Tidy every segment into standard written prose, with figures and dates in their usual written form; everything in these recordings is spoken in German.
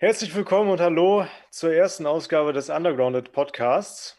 Herzlich willkommen und hallo zur ersten Ausgabe des Undergrounded Podcasts,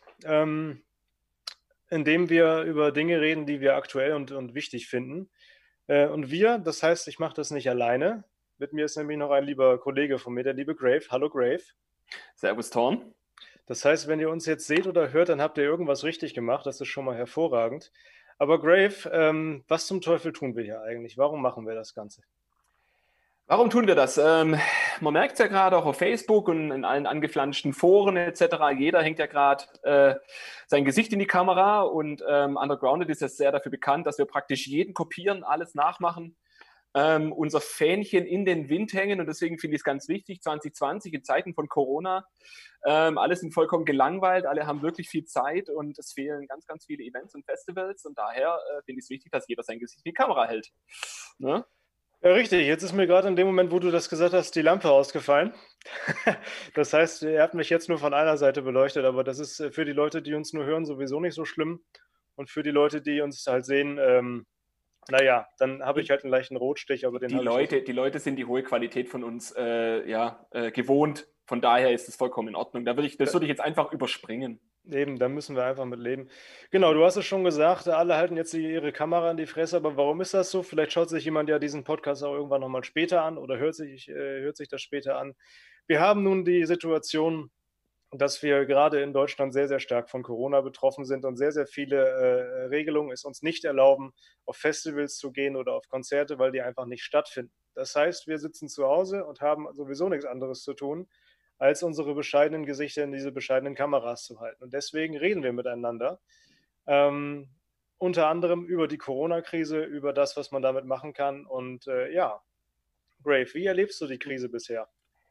in dem wir über Dinge reden, die wir aktuell und wichtig finden. Und wir, das heißt, ich mache das nicht alleine. Mit mir ist nämlich noch ein lieber Kollege von mir, der liebe Grave. Hallo Grave. Servus Torn. Das heißt, wenn ihr uns jetzt seht oder hört, dann habt ihr irgendwas richtig gemacht. Das ist schon mal hervorragend. Aber Grave, was zum Teufel tun wir hier eigentlich? Warum machen wir das Ganze? Warum tun wir das? Man merkt es ja gerade auch auf Facebook und in allen angeflanschten Foren etc. Jeder hängt ja gerade sein Gesicht in die Kamera und Undergrounded ist ja sehr dafür bekannt, dass wir praktisch jeden kopieren, alles nachmachen, unser Fähnchen in den Wind hängen und deswegen finde ich es ganz wichtig, 2020 in Zeiten von Corona, alle sind vollkommen gelangweilt, alle haben wirklich viel Zeit und es fehlen ganz, ganz viele Events und Festivals und daher finde ich es wichtig, dass jeder sein Gesicht in die Kamera hält. Ne? Ja, richtig. Jetzt ist mir gerade in dem Moment, wo du das gesagt hast, die Lampe ausgefallen. Das heißt, ihr habt mich jetzt nur von einer Seite beleuchtet, aber das ist für die Leute, die uns nur hören, sowieso nicht so schlimm. Und für die Leute, die uns halt sehen, naja, dann habe ich halt einen leichten Rotstich, aber den Die habe ich jetzt. Leute sind die hohe Qualität von uns gewohnt. Von daher ist es vollkommen in Ordnung. Das würde ich jetzt einfach überspringen. Eben, da müssen wir einfach mit leben. Genau, du hast es schon gesagt, alle halten jetzt ihre Kamera in die Fresse, aber warum ist das so? Vielleicht schaut sich jemand ja diesen Podcast auch irgendwann nochmal später an oder hört sich das später an. Wir haben nun die Situation, dass wir gerade in Deutschland sehr, sehr stark von Corona betroffen sind und sehr, sehr viele Regelungen es uns nicht erlauben, auf Festivals zu gehen oder auf Konzerte, weil die einfach nicht stattfinden. Das heißt, wir sitzen zu Hause und haben sowieso nichts anderes zu tun, als unsere bescheidenen Gesichter in diese bescheidenen Kameras zu halten. Und deswegen reden wir miteinander. Ähm, Unter anderem über die Corona-Krise, über das, was man damit machen kann. Und ja, Brave, wie erlebst du die Krise bisher?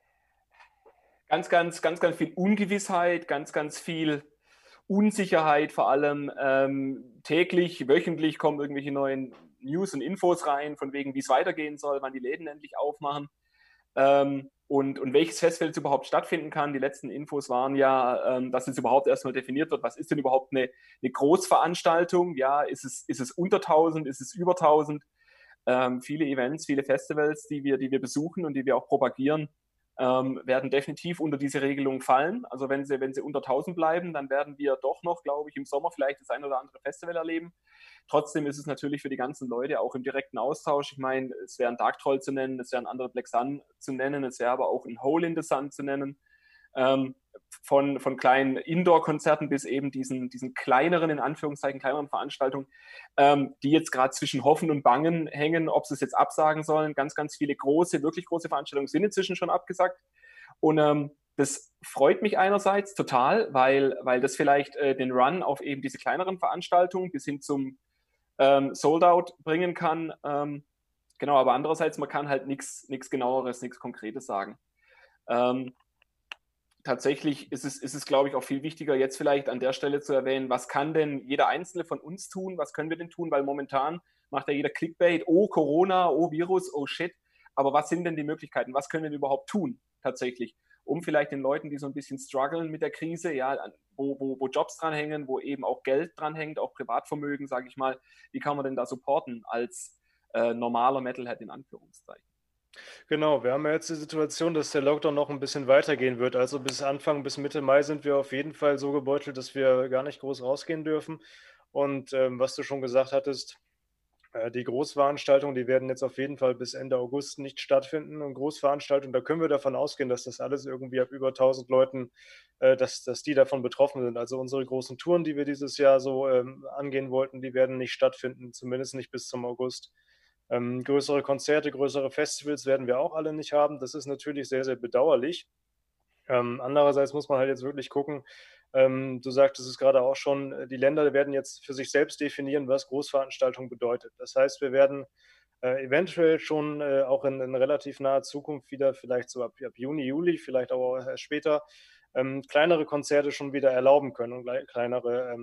Ganz viel Ungewissheit, ganz, ganz viel Unsicherheit, vor allem täglich, wöchentlich kommen irgendwelche neuen News und Infos rein, von wegen, wie es weitergehen soll, wann die Läden endlich aufmachen. Und welches Festival jetzt überhaupt stattfinden kann. Die letzten Infos waren ja, dass jetzt überhaupt erstmal definiert wird, was ist denn überhaupt eine Großveranstaltung? Ja, ist es unter 1000, ist es über 1000? Viele Events, viele Festivals, die wir besuchen und die wir auch propagieren, werden definitiv unter diese Regelung fallen. Also wenn sie unter 1000 bleiben, dann werden wir doch noch, glaube ich, im Sommer vielleicht das ein oder andere Festival erleben. Trotzdem ist es natürlich für die ganzen Leute auch im direkten Austausch. Ich meine, es wäre ein Dark Troll zu nennen, es wäre ein anderer Black Sun zu nennen, es wäre aber auch ein Hole in the Sun zu nennen. Von kleinen Indoor-Konzerten bis eben diesen kleineren, in Anführungszeichen, kleineren Veranstaltungen, die jetzt gerade zwischen Hoffen und Bangen hängen, ob sie es jetzt absagen sollen. Ganz, ganz viele große, wirklich große Veranstaltungen sind inzwischen schon abgesagt. Und das freut mich einerseits total, weil das vielleicht den Run auf eben diese kleineren Veranstaltungen bis hin zum Sold Out bringen kann. Genau, aber andererseits, man kann halt nichts genaueres, nichts Konkretes sagen. Ähm, Tatsächlich ist es, glaube ich, auch viel wichtiger, jetzt vielleicht an der Stelle zu erwähnen, was kann denn jeder Einzelne von uns tun? Was können wir denn tun? Weil momentan macht ja jeder Clickbait, oh Corona, oh Virus, oh Shit. Aber was sind denn die Möglichkeiten? Was können wir denn überhaupt tun, tatsächlich? Um vielleicht den Leuten, die so ein bisschen strugglen mit der Krise, ja, wo Jobs dranhängen, wo eben auch Geld dranhängt, auch Privatvermögen, sage ich mal, wie kann man denn da supporten als normaler Metalhead in Anführungszeichen? Genau, wir haben ja jetzt die Situation, dass der Lockdown noch ein bisschen weitergehen wird. Also bis Mitte Mai sind wir auf jeden Fall so gebeutelt, dass wir gar nicht groß rausgehen dürfen. Und was du schon gesagt hattest, die Großveranstaltungen, die werden jetzt auf jeden Fall bis Ende August nicht stattfinden. Und Großveranstaltungen, da können wir davon ausgehen, dass das alles irgendwie ab über 1000 Leuten, dass die davon betroffen sind. Also unsere großen Touren, die wir dieses Jahr so angehen wollten, die werden nicht stattfinden, zumindest nicht bis zum August. Größere Konzerte, größere Festivals werden wir auch alle nicht haben. Das ist natürlich sehr, sehr bedauerlich. Andererseits muss man halt jetzt wirklich gucken, du sagtest es gerade auch schon, die Länder werden jetzt für sich selbst definieren, was Großveranstaltung bedeutet. Das heißt, wir werden eventuell schon auch in relativ naher Zukunft wieder, vielleicht so ab Juni, Juli, vielleicht auch erst später, kleinere Konzerte schon wieder erlauben können und kleinere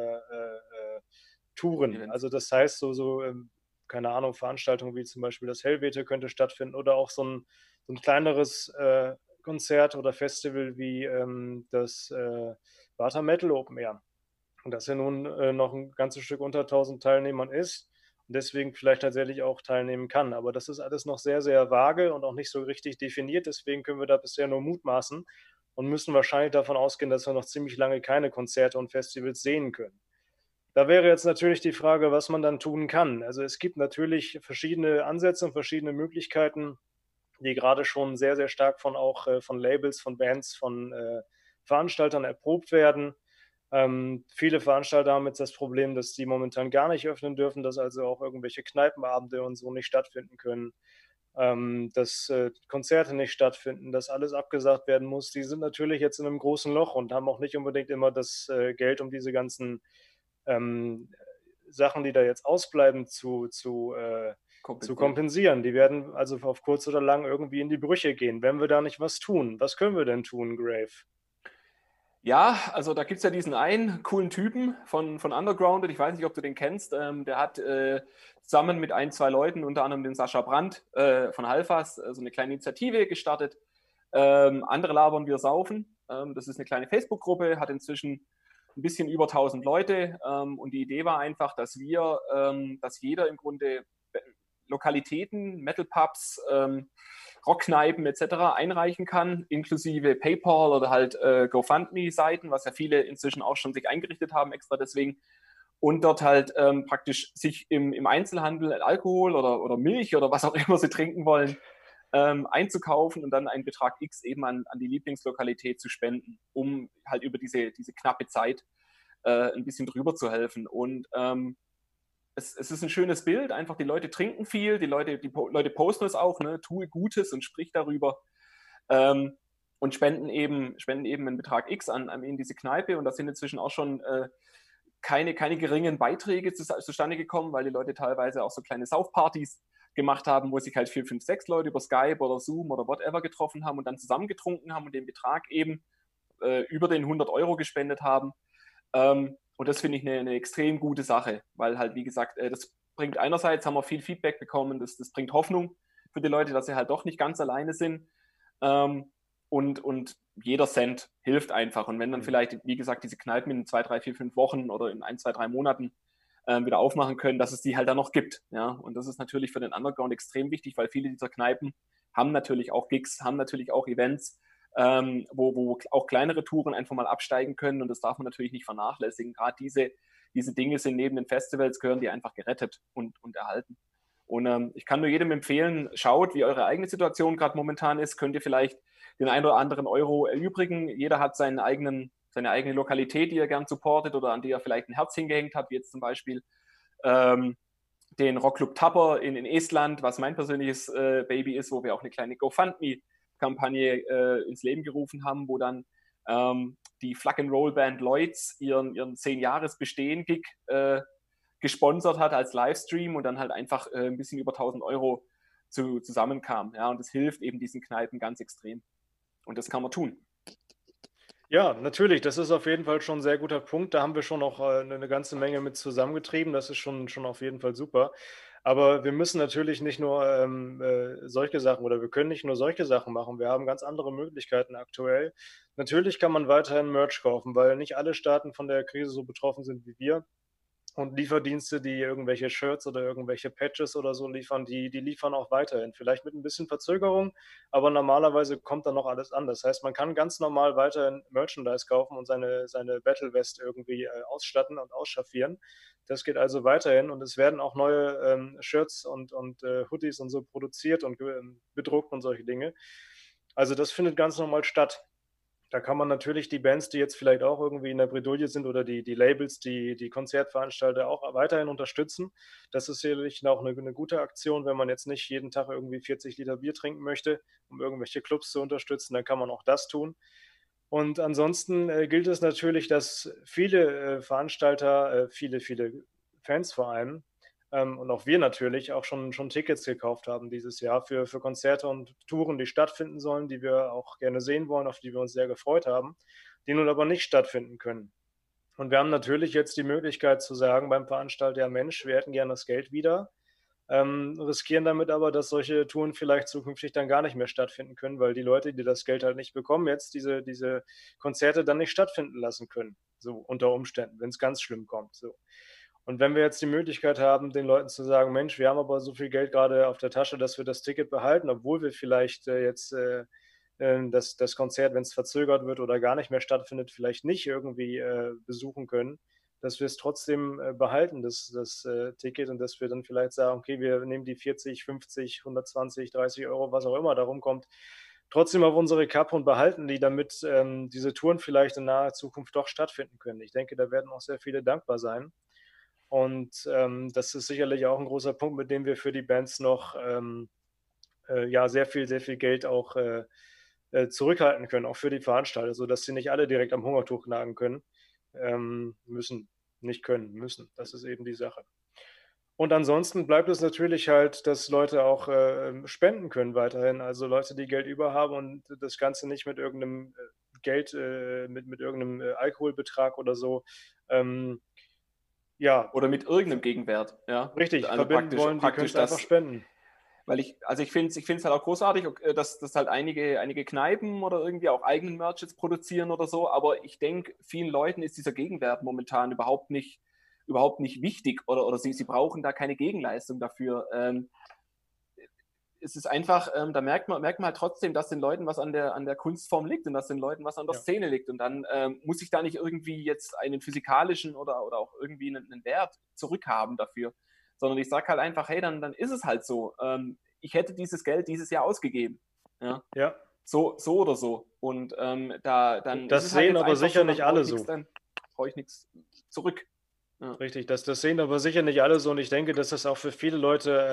Touren. Events. Also das heißt, keine Ahnung, Veranstaltungen wie zum Beispiel das Helvete könnte stattfinden oder auch so ein kleineres Konzert oder Festival wie das Vata Metal Open Air. Und das ja nun noch ein ganzes Stück unter 1000 Teilnehmern ist. und deswegen vielleicht tatsächlich auch teilnehmen kann. Aber das ist alles noch sehr, sehr vage und auch nicht so richtig definiert. Deswegen können wir da bisher nur mutmaßen und müssen wahrscheinlich davon ausgehen, dass wir noch ziemlich lange keine Konzerte und Festivals sehen können. Da wäre jetzt natürlich die Frage, was man dann tun kann. Also es gibt natürlich verschiedene Ansätze und verschiedene Möglichkeiten, die gerade schon sehr, sehr stark von auch von Labels, von Bands, von Veranstaltern erprobt werden. Viele Veranstalter haben jetzt das Problem, dass die momentan gar nicht öffnen dürfen, dass also auch irgendwelche Kneipenabende und so nicht stattfinden können, dass Konzerte nicht stattfinden, dass alles abgesagt werden muss. Die sind natürlich jetzt in einem großen Loch und haben auch nicht unbedingt immer das Geld, um diese ganzen ähm, Sachen, die da jetzt ausbleiben, zu kompensieren. kompensieren. Die werden also auf kurz oder lang irgendwie in die Brüche gehen, wenn wir da nicht was tun. Was können wir denn tun, Grave? Ja, also da gibt es ja diesen einen coolen Typen von Undergrounded, ich weiß nicht, ob du den kennst, der hat zusammen mit ein, zwei Leuten, unter anderem den Sascha Brandt von Halfas, so eine kleine Initiative gestartet. Andere labern, wir saufen. Das ist eine kleine Facebook-Gruppe, hat inzwischen ein bisschen über 1000 Leute, und die Idee war einfach, dass dass jeder im Grunde Lokalitäten, Metal-Pubs, Rockkneipen etc. einreichen kann, inklusive PayPal oder halt GoFundMe-Seiten, was ja viele inzwischen auch schon sich eingerichtet haben, extra deswegen. Und dort halt praktisch sich im Einzelhandel Alkohol oder Milch oder was auch immer sie trinken wollen, einzukaufen und dann einen Betrag X eben an die Lieblingslokalität zu spenden, um halt über diese knappe Zeit ein bisschen drüber zu helfen. Und es ist ein schönes Bild, einfach die Leute trinken viel, die Leute posten es auch, ne, tue Gutes und sprich darüber, und spenden eben einen Betrag X in diese Kneipe, und da sind inzwischen auch schon keine geringen Beiträge zustande gekommen, weil die Leute teilweise auch so kleine Saufpartys gemacht haben, wo sich halt 4, 5, 6 Leute über Skype oder Zoom oder whatever getroffen haben und dann zusammengetrunken haben und den Betrag eben über den 100 € gespendet haben. Und das finde ich eine extrem gute Sache, weil halt, wie gesagt, das bringt einerseits, haben wir viel Feedback bekommen, das bringt Hoffnung für die Leute, dass sie halt doch nicht ganz alleine sind. Und jeder Cent hilft einfach. Und wenn dann vielleicht, wie gesagt, diese Kneipen in 2, 3, 4, 5 Wochen oder in 1, 2, 3 Monaten wieder aufmachen können, dass es die halt dann noch gibt. Ja? Und das ist natürlich für den Underground extrem wichtig, weil viele dieser Kneipen haben natürlich auch Gigs, haben natürlich auch Events, wo auch kleinere Touren einfach mal absteigen können. Und das darf man natürlich nicht vernachlässigen. Gerade diese Dinge sind neben den Festivals, gehören die einfach gerettet und erhalten. Und ich kann nur jedem empfehlen, schaut, wie eure eigene Situation gerade momentan ist. Könnt ihr vielleicht den einen oder anderen Euro erübrigen. Jeder hat seine eigene Lokalität, die er gern supportet oder an die er vielleicht ein Herz hingehängt hat, wie jetzt zum Beispiel den Rockclub Tapper in Estland, was mein persönliches Baby ist, wo wir auch eine kleine GoFundMe-Kampagne ins Leben gerufen haben, wo dann die Flak-and-Roll-Band Lloyds ihren 10-Jahres-Bestehen-Gig gesponsert hat als Livestream und dann halt einfach ein bisschen über 1000 € zusammenkam. Ja, und das hilft eben diesen Kneipen ganz extrem. Und das kann man tun. Ja, natürlich, das ist auf jeden Fall schon ein sehr guter Punkt. Da haben wir schon auch 'ne ganze Menge mit zusammengetrieben. Das ist schon auf jeden Fall super. Aber wir müssen natürlich nicht nur solche Sachen oder wir können nicht nur solche Sachen machen. Wir haben ganz andere Möglichkeiten aktuell. Natürlich kann man weiterhin Merch kaufen, weil nicht alle Staaten von der Krise so betroffen sind wie wir. Und Lieferdienste, die irgendwelche Shirts oder irgendwelche Patches oder so liefern, die liefern auch weiterhin. Vielleicht mit ein bisschen Verzögerung, aber normalerweise kommt dann noch alles an. Das heißt, man kann ganz normal weiterhin Merchandise kaufen und seine Battle West irgendwie ausstatten und ausschaffieren. Das geht also weiterhin und es werden auch neue Shirts und Hoodies und so produziert und bedruckt und solche Dinge. Also das findet ganz normal statt. Da kann man natürlich die Bands, die jetzt vielleicht auch irgendwie in der Bredouille sind oder die Labels, die Konzertveranstalter auch weiterhin unterstützen. Das ist sicherlich auch eine gute Aktion, wenn man jetzt nicht jeden Tag irgendwie 40 Liter Bier trinken möchte, um irgendwelche Clubs zu unterstützen, dann kann man auch das tun. Und ansonsten gilt es natürlich, dass viele Veranstalter, viele Fans vor allem, und auch wir natürlich auch schon Tickets gekauft haben dieses Jahr für Konzerte und Touren, die stattfinden sollen, die wir auch gerne sehen wollen, auf die wir uns sehr gefreut haben, die nun aber nicht stattfinden können. Und wir haben natürlich jetzt die Möglichkeit zu sagen beim Veranstalter, ja Mensch, wir hätten gerne das Geld wieder, riskieren damit aber, dass solche Touren vielleicht zukünftig dann gar nicht mehr stattfinden können, weil die Leute, die das Geld halt nicht bekommen, jetzt diese Konzerte dann nicht stattfinden lassen können, so unter Umständen, wenn es ganz schlimm kommt. So. Und wenn wir jetzt die Möglichkeit haben, den Leuten zu sagen: „Mensch, wir haben aber so viel Geld gerade auf der Tasche, dass wir das Ticket behalten, obwohl wir vielleicht, jetzt, das Konzert, wenn es verzögert wird oder gar nicht mehr stattfindet, vielleicht nicht irgendwie, besuchen können“, dass wir es trotzdem, behalten, das Ticket und dass wir dann vielleicht sagen: „Okay, wir nehmen die 40, 50, 120, 30 Euro, was auch immer da rumkommt, trotzdem auf unsere Kappe und behalten die, damit, diese Touren vielleicht in naher Zukunft doch stattfinden können.“ Ich denke, da werden auch sehr viele dankbar sein. Und, das ist sicherlich auch ein großer Punkt, mit dem wir für die Bands noch, ja, sehr viel Geld auch, zurückhalten können, auch für die Veranstalter, sodass sie nicht alle direkt am Hungertuch nagen können, müssen. Nicht können, müssen. Das ist eben die Sache. Und ansonsten bleibt es natürlich halt, dass Leute auch, spenden können weiterhin. Also, Leute, die Geld über haben und das Ganze nicht mit irgendeinem, Geld mit irgendeinem, Alkoholbetrag oder so, ähm, ja, Oder mit irgendeinem Gegenwert, ja. richtig, Also verbinden wollen, die können praktisch es einfach das, spenden. weil ich finde es halt auch großartig, dass halt einige Kneipen oder irgendwie auch eigenen Merch jetzt produzieren oder so, aber ich denke, vielen Leuten ist dieser Gegenwert momentan überhaupt nicht wichtig oder sie brauchen da keine Gegenleistung dafür. Es ist einfach, da merkt man halt trotzdem, dass den Leuten was an der Kunstform liegt und dass den Leuten was an der Ja, Szene liegt. Und dann muss ich da nicht irgendwie jetzt einen physikalischen oder auch irgendwie einen Wert zurückhaben dafür, sondern ich sage halt einfach, hey, dann ist es halt so. Ich hätte dieses Geld dieses Jahr ausgegeben. Ja? ja. So oder so. Und dann ist Das es halt sehen jetzt aber einfach sicher so, dann nicht brauche alle ich nichts so. dann brauche ich nichts zurück. Ja. Richtig, das sehen aber sicher nicht alle so und ich denke, dass das auch für viele Leute,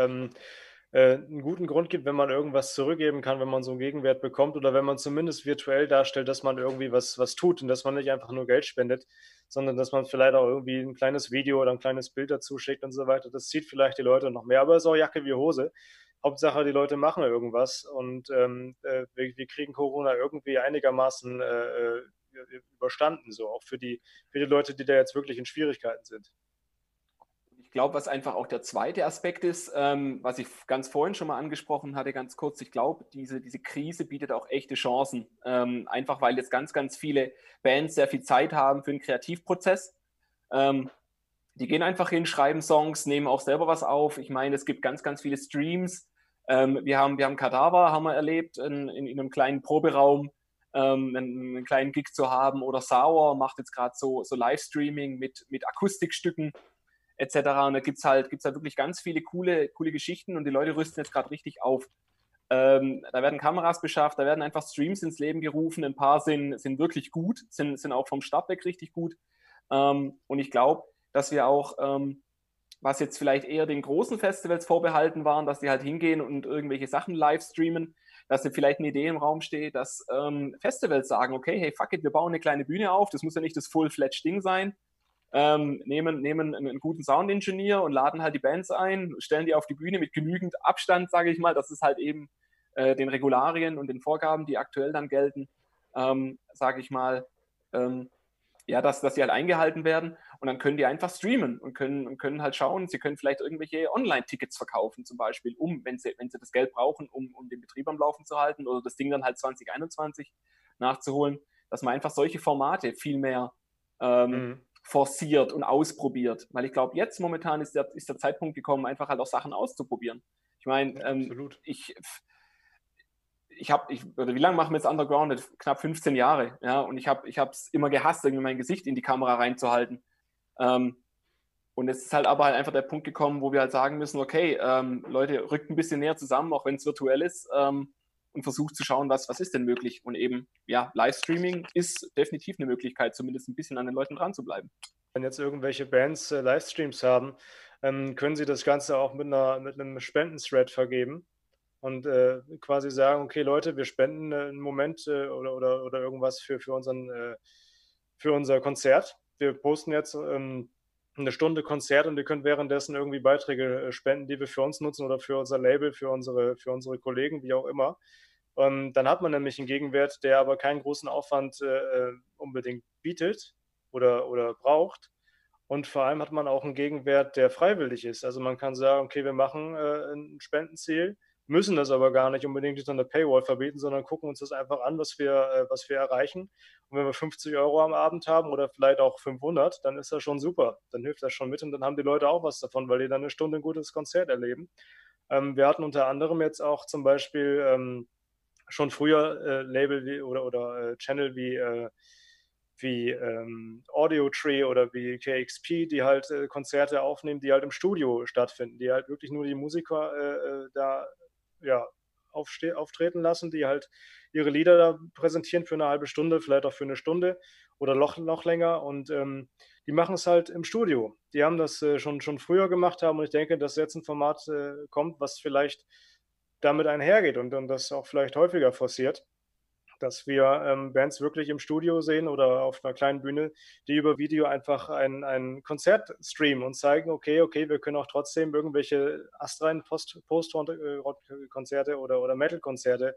'n guten Grund gibt, wenn man irgendwas zurückgeben kann, wenn man so 'n Gegenwert bekommt oder wenn man zumindest virtuell darstellt, dass man irgendwie was tut und dass man nicht einfach nur Geld spendet, sondern dass man vielleicht auch irgendwie 'n kleines Video oder 'n kleines Bild dazu schickt und so weiter. Das zieht vielleicht die Leute noch mehr, aber ist auch Jacke wie Hose. Hauptsache, die Leute machen irgendwas und, wir kriegen Corona irgendwie einigermaßen, überstanden, so auch für die Leute, die da jetzt wirklich in Schwierigkeiten sind. Ich glaube, was einfach auch der zweite Aspekt ist, was ich ganz vorhin schon mal angesprochen hatte, ganz kurz, ich glaube, diese Krise bietet auch echte Chancen. Einfach weil jetzt ganz viele Bands sehr viel Zeit haben für den Kreativprozess. Ähm, Die gehen einfach hin, schreiben Songs, nehmen auch selber was auf. Ich meine, es gibt ganz viele Streams. Wir haben Kadaver, haben wir erlebt, in einem kleinen Proberaum, einen kleinen Gig zu haben. Oder Sauer macht jetzt gerade so Livestreaming mit Akustikstücken etc. Und da gibt's halt wirklich ganz viele coole Geschichten und die Leute rüsten jetzt gerade richtig auf. Da werden Kameras beschafft, da werden einfach Streams ins Leben gerufen. Ein paar sind wirklich gut, sind auch vom Start weg richtig gut. Und ich glaube, dass wir auch, was jetzt vielleicht eher den großen Festivals vorbehalten waren, dass die halt hingehen und irgendwelche Sachen live streamen, dass da vielleicht eine Idee im Raum steht, dass Festivals sagen, okay, hey, fuck it, wir bauen eine kleine Bühne auf, das muss ja nicht das Full-Fledged Ding sein, nehmen einen guten Sound-Engineer und laden halt die Bands ein, stellen die auf die Bühne mit genügend Abstand, sage ich mal, dass es halt eben den Regularien und den Vorgaben, die aktuell dann gelten, sage ich mal, ähm, ja, dass die halt eingehalten werden und dann können die einfach streamen und können halt schauen, sie können vielleicht irgendwelche Online-Tickets verkaufen zum Beispiel, wenn sie das Geld brauchen, um den Betrieb am Laufen zu halten oder das Ding dann halt 2021 nachzuholen, dass man einfach solche Formate viel mehr Mhm. forciert und ausprobiert. Weil ich glaube, jetzt momentan ist der Zeitpunkt gekommen, einfach halt auch Sachen auszuprobieren. Ich meine, Ja, absolut. oder wie lange machen wir jetzt Underground? Knapp 15 Jahre, ja, und ich habe es immer gehasst, irgendwie mein Gesicht in die Kamera reinzuhalten. Ähm, und es ist halt aber halt einfach der Punkt gekommen, wo wir halt sagen müssen, okay, Leute, rückt ein bisschen näher zusammen, auch wenn es virtuell ist, und versucht zu schauen, was ist denn möglich. Und eben, ja, Livestreaming ist definitiv eine Möglichkeit, zumindest ein bisschen an den Leuten dran zu bleiben. Wenn jetzt irgendwelche Bands, Livestreams haben, können sie das Ganze auch mit 'nem Spendenthread vergeben und, quasi sagen: „Okay, Leute, wir spenden, 'n Moment, oder irgendwas für unser Konzert. Wir posten jetzt, 'ne Stunde Konzert und ihr könnt währenddessen irgendwie Beiträge, spenden, die wir für uns nutzen oder für unser Label, für unsere Kollegen, wie auch immer.“ Dann hat man nämlich 'n Gegenwert, der aber keinen großen Aufwand, unbedingt bietet oder braucht. Und vor allem hat man auch 'n Gegenwert, der freiwillig ist. Also, man kann sagen: „Okay, wir machen, 'n Spendenziel müssen das aber gar nicht unbedingt hinter einer Paywall verbieten, sondern gucken uns das einfach an, was wir erreichen. Und wenn wir 50 € am Abend haben oder vielleicht auch 500, dann ist das schon super. Dann hilft das schon mit und dann haben die Leute auch was davon, weil die dann eine Stunde ein gutes Konzert erleben. Wir hatten unter anderem jetzt auch zum Beispiel schon früher Label wie oder Channel wie Audio Tree oder wie KXP, die halt Konzerte aufnehmen, die halt im Studio stattfinden, die halt wirklich nur die Musiker da ja, auftreten lassen, die halt ihre Lieder da präsentieren für eine halbe Stunde, vielleicht auch für eine Stunde oder noch länger. Und die machen es halt im Studio. Die haben das schon früher gemacht haben und ich denke, dass jetzt ein Format kommt, was vielleicht damit einhergeht und das auch vielleicht häufiger forciert, dass wir Bands wirklich im Studio sehen oder auf einer kleinen Bühne, die über Video einfach ein Konzert streamen und zeigen, okay, wir können auch trotzdem irgendwelche astreinen Post-Rock-Konzerte oder Metal-Konzerte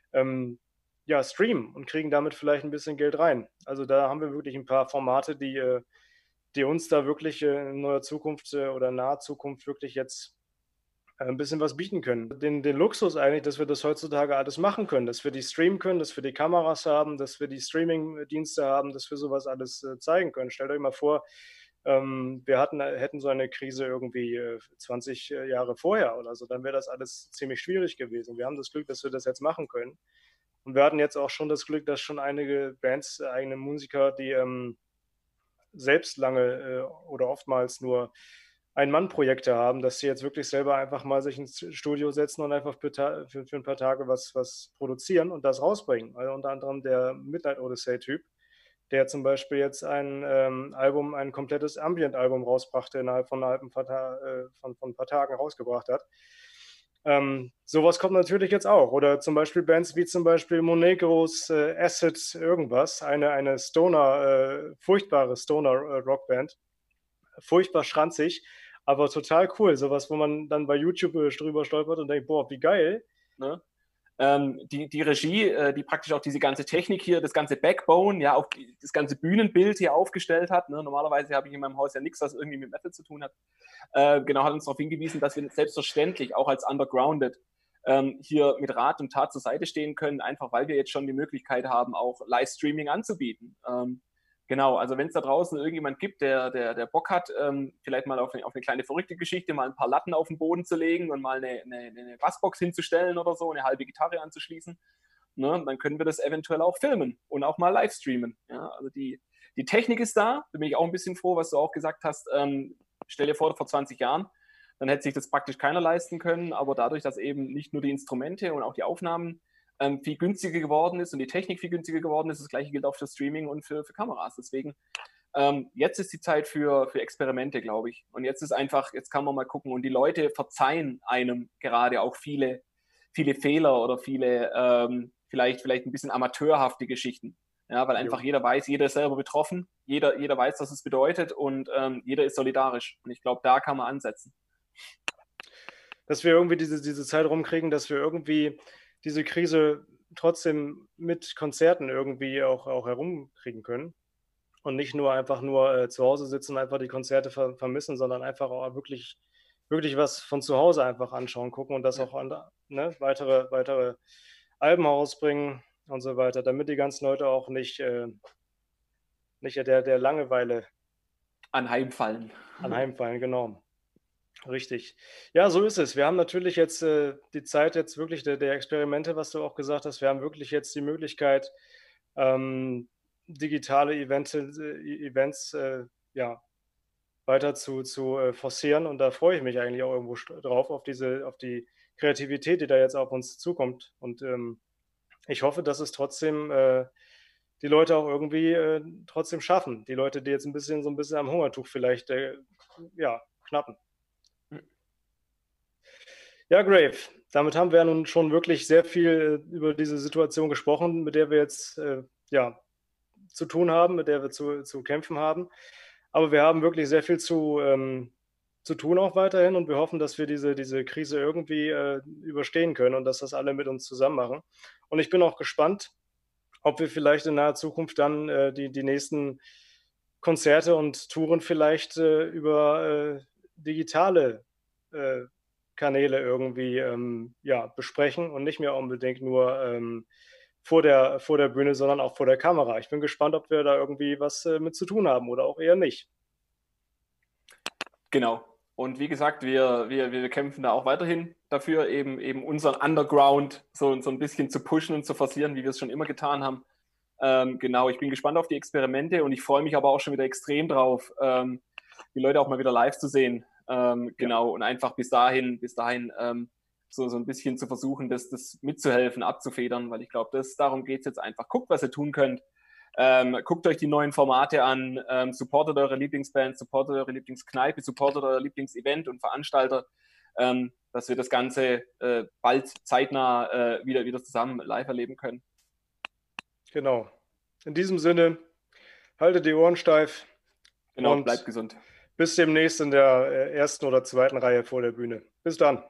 ja, streamen und kriegen damit vielleicht ein bisschen Geld rein. Also da haben wir wirklich ein paar Formate, die uns da wirklich in neuer Zukunft oder naher Zukunft wirklich jetzt ein bisschen was bieten können. Den Luxus eigentlich, dass wir das heutzutage alles machen können, dass wir die streamen können, dass wir die Kameras haben, dass wir die Streaming-Dienste haben, dass wir sowas alles zeigen können. Stellt euch mal vor, wir hätten so eine Krise irgendwie 20 Jahre vorher oder so, dann wäre das alles ziemlich schwierig gewesen. Wir haben das Glück, dass wir das jetzt machen können. Und wir hatten jetzt auch schon das Glück, dass schon einige Bands, eigene Musiker, die selbst lange oder oftmals nur Ein-Mann-Projekte haben, dass sie jetzt wirklich selber einfach mal sich ins Studio setzen und einfach für ein paar Tage was produzieren und das rausbringen. Also unter anderem der Midnight Odyssey-Typ, der zum Beispiel jetzt ein komplettes Ambient-Album rausbrachte, innerhalb von ein paar Tagen rausgebracht hat. Sowas kommt natürlich jetzt auch. Oder zum Beispiel Bands wie zum Beispiel Monegros Acid irgendwas, eine furchtbare Stoner-Rockband. Furchtbar schranzig, aber total cool. Sowas, wo man dann bei YouTube drüber stolpert und denkt, boah, wie geil. Ne? Die Regie, die praktisch auch diese ganze Technik hier, das ganze Backbone, ja, auch das ganze Bühnenbild hier aufgestellt hat. Ne? Normalerweise habe ich in meinem Haus ja nichts, was irgendwie mit Metal zu tun hat. Genau, hat uns darauf hingewiesen, dass wir selbstverständlich auch als Undergrounded hier mit Rat und Tat zur Seite stehen können, einfach weil wir jetzt schon die Möglichkeit haben, auch Livestreaming anzubieten. Genau, also wenn es da draußen irgendjemand gibt, der Bock hat, vielleicht mal auf eine kleine verrückte Geschichte, mal ein paar Latten auf den Boden zu legen und mal eine Bassbox hinzustellen oder so, eine halbe Gitarre anzuschließen, ne, dann können wir das eventuell auch filmen und auch mal live streamen. Ja, also die Technik ist da bin ich auch ein bisschen froh, was du auch gesagt hast. Stell dir vor 20 Jahren, dann hätte sich das praktisch keiner leisten können, aber dadurch, dass eben nicht nur die Instrumente und auch die Aufnahmen viel günstiger geworden ist und die Technik viel günstiger geworden ist. Das Gleiche gilt auch für Streaming und für Kameras. Deswegen, jetzt ist die Zeit für Experimente, glaube ich. Und jetzt ist einfach, jetzt kann man mal gucken. Und die Leute verzeihen einem gerade auch viele Fehler oder vielleicht ein bisschen amateurhafte Geschichten. Ja, weil einfach jeder weiß, jeder ist selber betroffen, jeder weiß, was es bedeutet und jeder ist solidarisch. Und ich glaube, da kann man ansetzen. Dass wir irgendwie diese Zeit rumkriegen, dass wir irgendwie diese Krise trotzdem mit Konzerten irgendwie auch herumkriegen können und nicht nur einfach nur zu Hause sitzen und einfach die Konzerte vermissen, sondern einfach auch wirklich was von zu Hause einfach anschauen, gucken und das auch weitere Alben rausbringen und so weiter, damit die ganzen Leute auch nicht der Langeweile anheimfallen, genau. Richtig. Ja, so ist es. Wir haben natürlich jetzt die Zeit jetzt wirklich der Experimente, was du auch gesagt hast. Wir haben wirklich jetzt die Möglichkeit, digitale Events ja, weiter zu forcieren. Und da freue ich mich eigentlich auch irgendwo drauf, auf die Kreativität, die da jetzt auf uns zukommt. Und ich hoffe, dass es trotzdem die Leute auch irgendwie trotzdem schaffen. Die Leute, die jetzt so ein bisschen am Hungertuch vielleicht ja, knappen. Ja, Grave, damit haben wir ja nun schon wirklich sehr viel über diese Situation gesprochen, mit der wir jetzt ja, zu tun haben, mit der wir zu kämpfen haben. Aber wir haben wirklich sehr viel zu tun auch weiterhin und wir hoffen, dass wir diese Krise irgendwie überstehen können und dass das alle mit uns zusammen machen. Und ich bin auch gespannt, ob wir vielleicht in naher Zukunft dann die nächsten Konzerte und Touren vielleicht über digitale Kanäle irgendwie ja, besprechen und nicht mehr unbedingt nur vor der Bühne, sondern auch vor der Kamera. Ich bin gespannt, ob wir da irgendwie was mit zu tun haben oder auch eher nicht. Genau. Und wie gesagt, wir kämpfen da auch weiterhin dafür, eben unseren Underground so ein bisschen zu pushen und zu forcieren, wie wir es schon immer getan haben. Genau, ich bin gespannt auf die Experimente und ich freue mich aber auch schon wieder extrem drauf, die Leute auch mal wieder live zu sehen. Ja, Genau, und einfach bis dahin so ein bisschen zu versuchen, das mitzuhelfen, abzufedern, weil ich glaube, darum geht es jetzt einfach. Guckt, was ihr tun könnt. Guckt euch die neuen Formate an, supportet eure Lieblingsband, supportet eure Lieblingskneipe, supportet euer Lieblingsevent und Veranstalter, dass wir das Ganze bald zeitnah wieder zusammen live erleben können. genau. In diesem Sinne, haltet die Ohren steif Genau, bleibt und gesund. bis demnächst in der ersten oder zweiten Reihe vor der Bühne. Bis dann.